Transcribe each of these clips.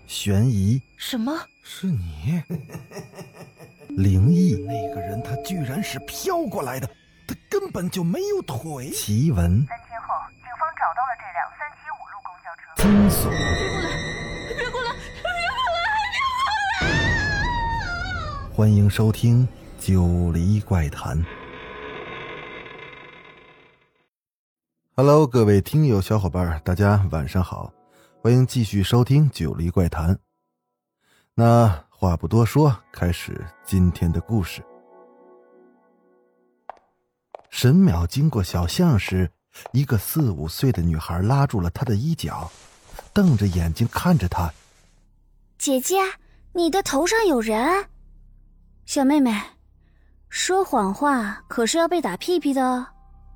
悬疑， 什么？ 是你？ 灵异， 那个人他居然是飘过来的，他根本就没有腿。 奇闻，3 天后，警方找到了这辆375路公交车。 惊悚， 别过来！别过来！ 欢迎收听《九黎怪谈》。Hello， 各位听友小伙伴，大家晚上好，欢迎继续收听《九黎怪谈》。那话不多说，开始今天的故事。沈淼经过小巷时，一个4、5岁的女孩拉住了她的衣角，瞪着眼睛看着她。 姐姐，你的头上有人。小妹妹，说谎话可是要被打屁屁的哦。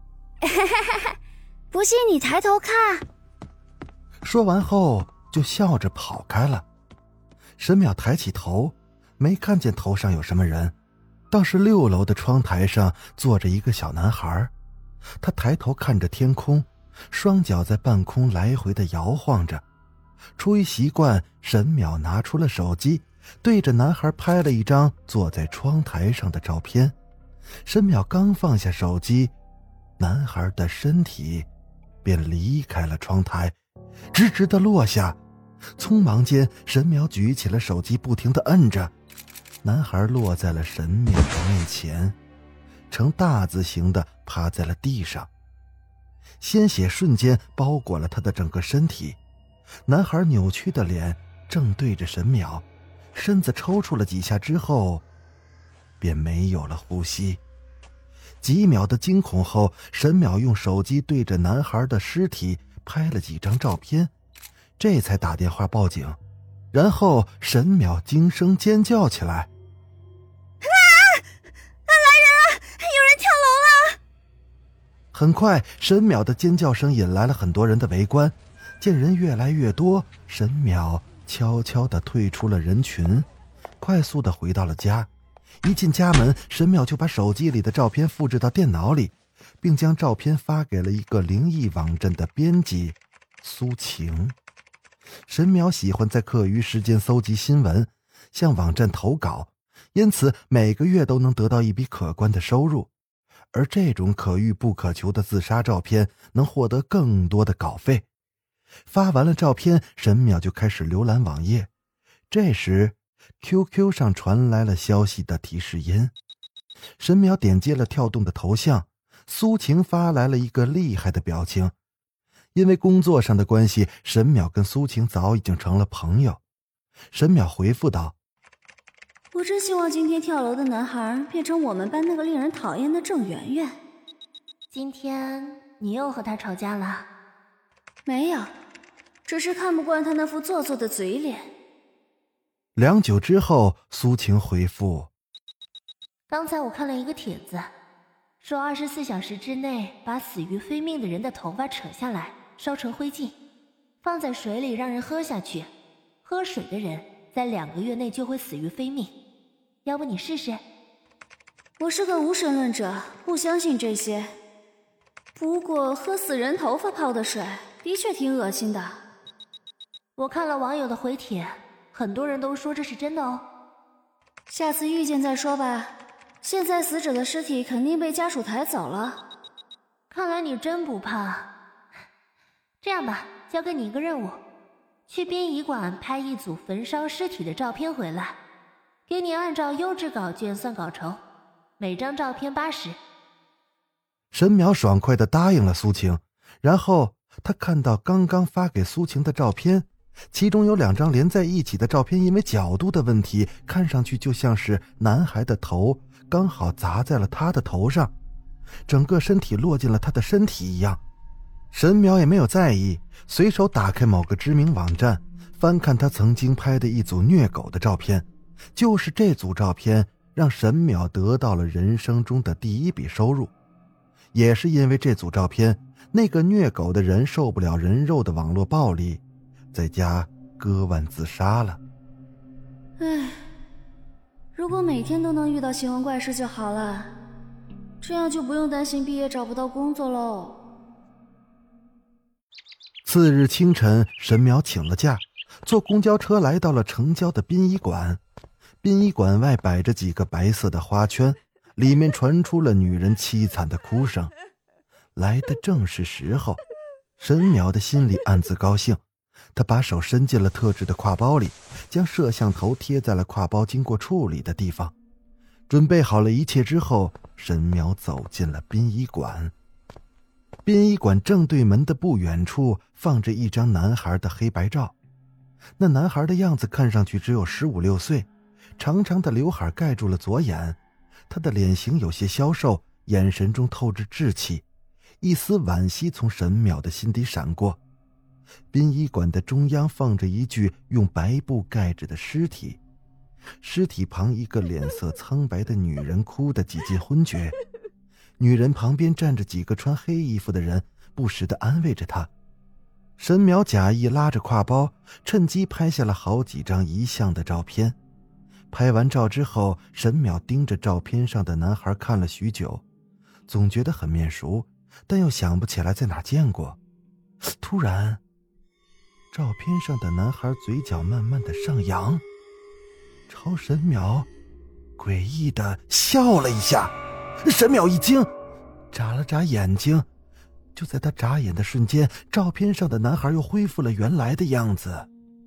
不信你抬头看。 说完后就笑着跑开了。沈淼抬起头，没看见头上有什么人，倒是6楼的窗台上坐着一个小男孩。他抬头看着天空，双脚在半空来回的摇晃着。出于习惯，沈淼拿出了手机，对着男孩拍了一张坐在窗台上的照片。沈淼刚放下手机，男孩的身体便离开了窗台，直直地落下。匆忙间，沈淼举起了手机，不停地摁着，男孩落在了沈淼的面前，呈大字形的趴在了地上，鲜血瞬间包裹了他的整个身体。男孩扭曲的脸正对着沈淼，身子抽搐了几下之后便没有了呼吸。几秒的惊恐后，沈淼用手机对着男孩的尸体拍了几张照片，这才打电话报警。然后沈淼惊声尖叫起来： 来人啊！有人跳楼了！ 很快，沈淼的尖叫声引来了很多人的围观。见人越来越多，沈淼悄悄地退出了人群，快速地回到了家。一进家门，沈淼就把手机里的照片复制到电脑里，并将照片发给了一个灵异网站的编辑苏晴。沈淼喜欢在课余时间搜集新闻，向网站投稿，因此每个月都能得到一笔可观的收入。而这种可遇不可求的自杀照片能获得更多的稿费。发完了照片，沈淼就开始浏览网页。这时 QQ 上传来了消息的提示音。沈淼点击了跳动的头像，苏晴发来了一个厉害的表情。因为工作上的关系，沈淼跟苏晴早已经成了朋友。沈淼回复道： 我真希望今天跳楼的男孩变成我们班那个令人讨厌的郑圆圆。 今天你又和他吵架了？ 没有，只是看不惯他那副做作的嘴脸。 良久之后，苏晴回复： 刚才我看了一个帖子，说24小时之内把死于非命的人的头发扯下来，烧成灰烬，放在水里让人喝下去，喝水的人在2个月内就会死于非命。要不你试试？ 我是个无神论者，不相信这些。不过喝死人头发泡的水的确挺恶心的。 我看了网友的回帖，很多人都说这是真的哦。 下次遇见再说吧，现在死者的尸体肯定被家属抬走了。 看来你真不怕。这样吧，交给你一个任务，去殡仪馆拍一组焚烧尸体的照片回来，给你按照优质稿件算稿酬，每张照片80。 沈淼爽快地答应了苏晴。然后他看到刚刚发给苏晴的照片，其中有2张连在一起的照片，因为角度的问题，看上去就像是男孩的头刚好砸在了他的头上，整个身体落进了他的身体一样。沈淼也没有在意，随手打开某个知名网站，翻看他曾经拍的一组虐狗的照片。就是这组照片让沈淼得到了人生中的第一笔收入。也是因为这组照片，那个虐狗的人受不了人肉的网络暴力，在家割腕自杀了。 唉，如果每天都能遇到奇闻怪事就好了，这样就不用担心毕业找不到工作喽。 次日清晨，沈淼请了假， 坐公交车来到了城郊的殡仪馆。殡仪馆外摆着几个白色的花圈，里面传出了女人凄惨的哭声。来的正是时候，沈淼的心里暗自高兴，他把手伸进了特制的挎包里，将摄像头贴在了挎包经过处理的地方。准备好了一切之后，沈淼走进了殡仪馆。殡仪馆正对门的不远处放着一张男孩的黑白照，那男孩的样子看上去只有15、16岁，长长的刘海盖住了左眼，他的脸型有些消瘦，眼神中透着稚气，一丝惋惜从沈淼的心底闪过。殡仪馆的中央放着一具用白布盖着的尸体，尸体旁一个脸色苍白的女人哭得几近昏厥，女人旁边站着几个穿黑衣服的人，不时地安慰着她。沈淼假意拉着挎包，趁机拍下了好几张遗像的照片。拍完照之后，沈淼盯着照片上的男孩看了许久，总觉得很面熟，但又想不起来在哪见过。突然，照片上的男孩嘴角慢慢的上扬，朝沈淼诡异的笑了一下。沈淼一惊，眨了眨眼睛，就在他眨眼的瞬间，照片上的男孩又恢复了原来的样子。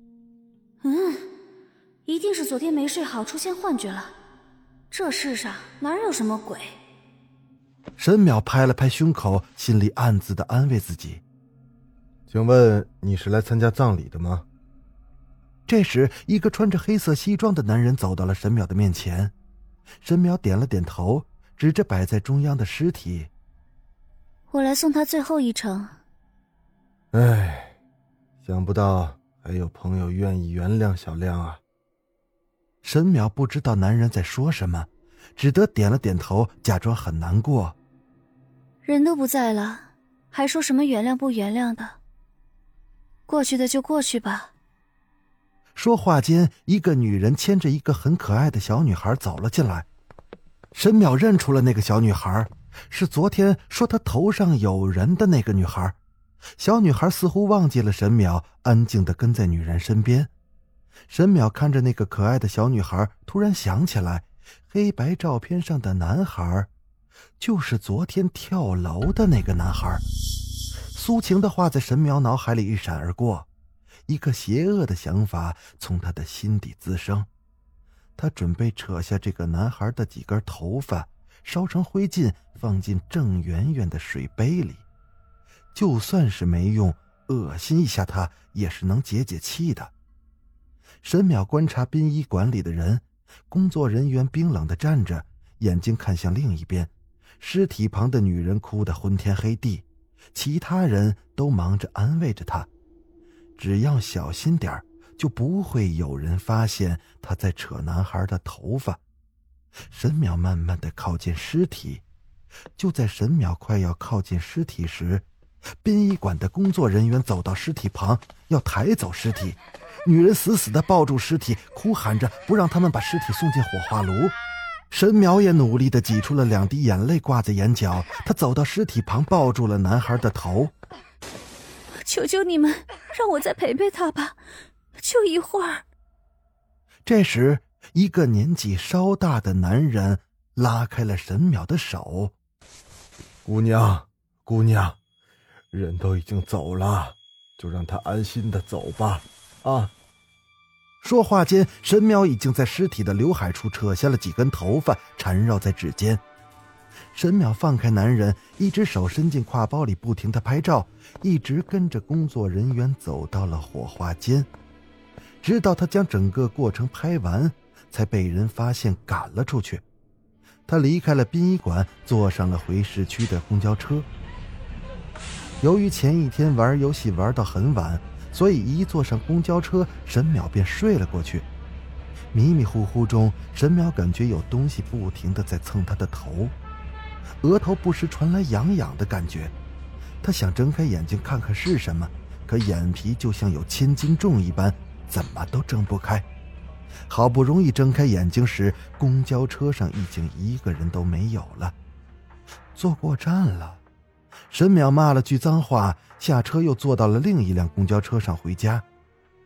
一定是昨天没睡好出现幻觉了，这世上哪有什么鬼。 沈淼拍了拍胸口，心里暗自的安慰自己。 请问你是来参加葬礼的吗？ 这时一个穿着黑色西装的男人走到了沈淼的面前。沈淼点了点头，指着摆在中央的尸体。 我来送他最后一程。 唉，想不到还有朋友愿意原谅小亮啊。 沈淼不知道男人在说什么，只得点了点头，假装很难过。 人都不在了，还说什么原谅不原谅的，过去的就过去吧。 说话间，一个女人牵着一个很可爱的小女孩走了进来。沈淼认出了那个小女孩，是昨天说她头上有人的那个女孩。小女孩似乎忘记了沈淼，安静地跟在女人身边。沈淼看着那个可爱的小女孩，突然想起来，黑白照片上的男孩就是昨天跳楼的那个男孩。苏晴的话在沈淼脑海里一闪而过，一个邪恶的想法从他的心底滋生。他准备扯下这个男孩的几根头发，烧成灰烬，放进郑圆圆的水杯里。就算是没用，恶心一下他也是能解解气的。沈淼观察殡仪馆里的人，工作人员冰冷地站着，眼睛看向另一边。尸体旁的女人哭得昏天黑地，其他人都忙着安慰着她。只要小心点，就不会有人发现她在扯男孩的头发。沈淼慢慢地靠近尸体，就在沈淼快要靠近尸体时，殡仪馆的工作人员走到尸体旁，要抬走尸体。女人死死地抱住尸体，哭喊着不让他们把尸体送进火化炉。沈淼也努力地挤出了2滴眼泪挂在眼角，他走到尸体旁，抱住了男孩的头。 求求你们，让我再陪陪他吧，就一会儿。 这时，一个年纪稍大的男人拉开了沈淼的手。 姑娘，姑娘，人都已经走了，就让他安心的走吧。啊！ 说话间，沈淼已经在尸体的刘海处扯下了几根头发，缠绕在指尖。沈淼放开男人，一只手伸进挎包里，不停地拍照，一直跟着工作人员走到了火化间。直到他将整个过程拍完，才被人发现赶了出去。他离开了殡仪馆，坐上了回市区的公交车。由于前一天玩游戏玩到很晚，所以一坐上公交车，沈淼便睡了过去。迷迷糊糊中，沈淼感觉有东西不停地在蹭他的头，额头不时传来痒痒的感觉。他想睁开眼睛看看是什么，可眼皮就像有千斤重一般，怎么都睁不开。好不容易睁开眼睛时，公交车上已经一个人都没有了。坐过站了。沈淼骂了句脏话，下车又坐到了另一辆公交车上回家。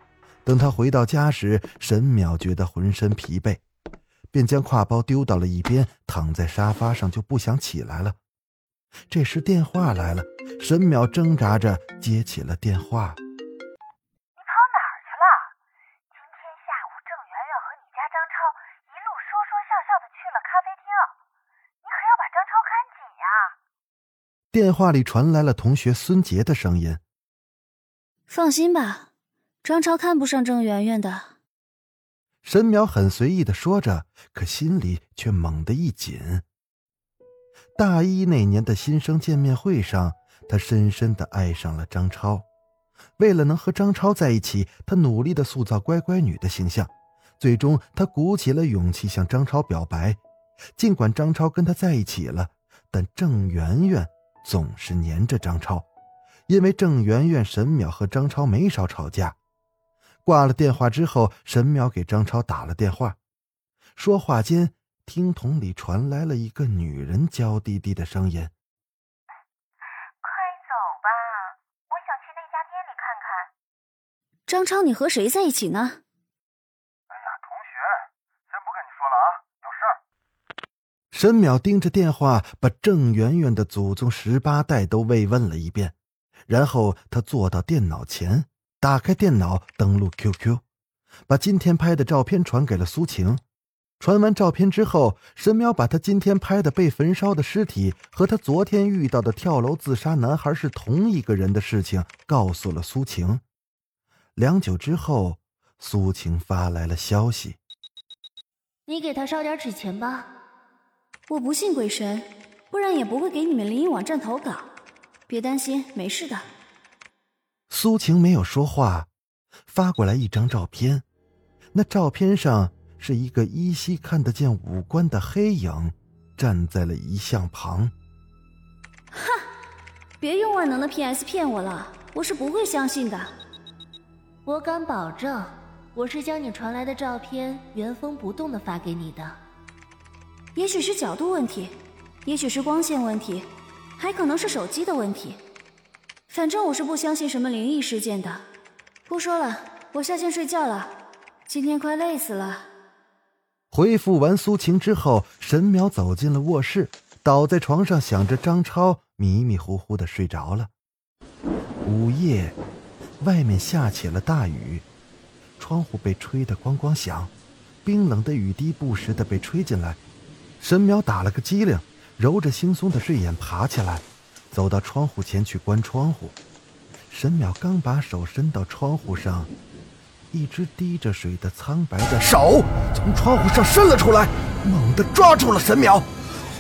等他回到家时，沈淼觉得浑身疲惫，便将挎包丢到了一边，躺在沙发上就不想起来了。这时电话来了，沈淼挣扎着接起了电话。 你跑哪儿去了？今天下午郑媛媛和你家张超一路说说笑笑的去了咖啡厅，你可要把张超看紧呀。 电话里传来了同学孙杰的声音。 放心吧，张超看不上郑媛媛的。 沈淼很随意地说着，可心里却猛地一紧。大一那年的新生见面会上，他深深地爱上了张超。为了能和张超在一起，他努力地塑造乖乖女的形象。最终他鼓起了勇气向张超表白。尽管张超跟他在一起了，但郑媛媛总是黏着张超。因为郑媛媛，沈淼和张超没少吵架。挂了电话之后，沈淼给张超打了电话。说话间，听筒里传来了一个女人娇滴滴的声音：“ 快走吧，我想去那家店里看看。” 张超，你和谁在一起呢？ 哎呀，同学，先不跟你说了啊，有事儿。 沈淼盯着电话，把郑媛媛的祖宗18代都慰问了一遍，然后他坐到电脑前，打开电脑，登录 QQ， 把今天拍的照片传给了苏晴。传完照片之后，沈淼把他今天拍的被焚烧的尸体和他昨天遇到的跳楼自杀男孩是同一个人的事情告诉了苏晴。良久之后，苏晴发来了消息：“ 你给他烧点纸钱吧。” 我不信鬼神，不然也不会给你们灵异网站投稿。别担心，没事的。 苏晴没有说话，发过来一张照片。那照片上是一个依稀看得见五官的黑影，站在了遗像旁。 哈，别用万能的 PS 骗我了，我是不会相信的。 我敢保证，我是将你传来的照片原封不动地发给你的。 也许是角度问题，也许是光线问题，还可能是手机的问题。反正我是不相信什么灵异事件的。不说了，我下线睡觉了，今天快累死了。 回复完苏晴之后，沈淼走进了卧室，倒在床上想着张超，迷迷糊糊地睡着了。午夜，外面下起了大雨，窗户被吹得咣咣响，冰冷的雨滴不时地被吹进来。沈淼打了个激灵，揉着惺忪的睡眼爬起来，走到窗户前去关窗户。沈淼刚把手伸到窗户上，一只滴着水的苍白的手从窗户上伸了出来，猛地抓住了沈淼。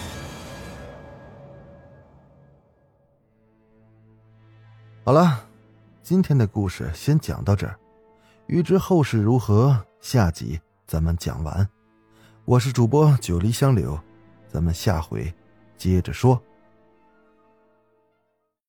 好了，今天的故事先讲到这儿，欲知后事如何，下集咱们讲完。我是主播九黎香柳，咱们下回接着说。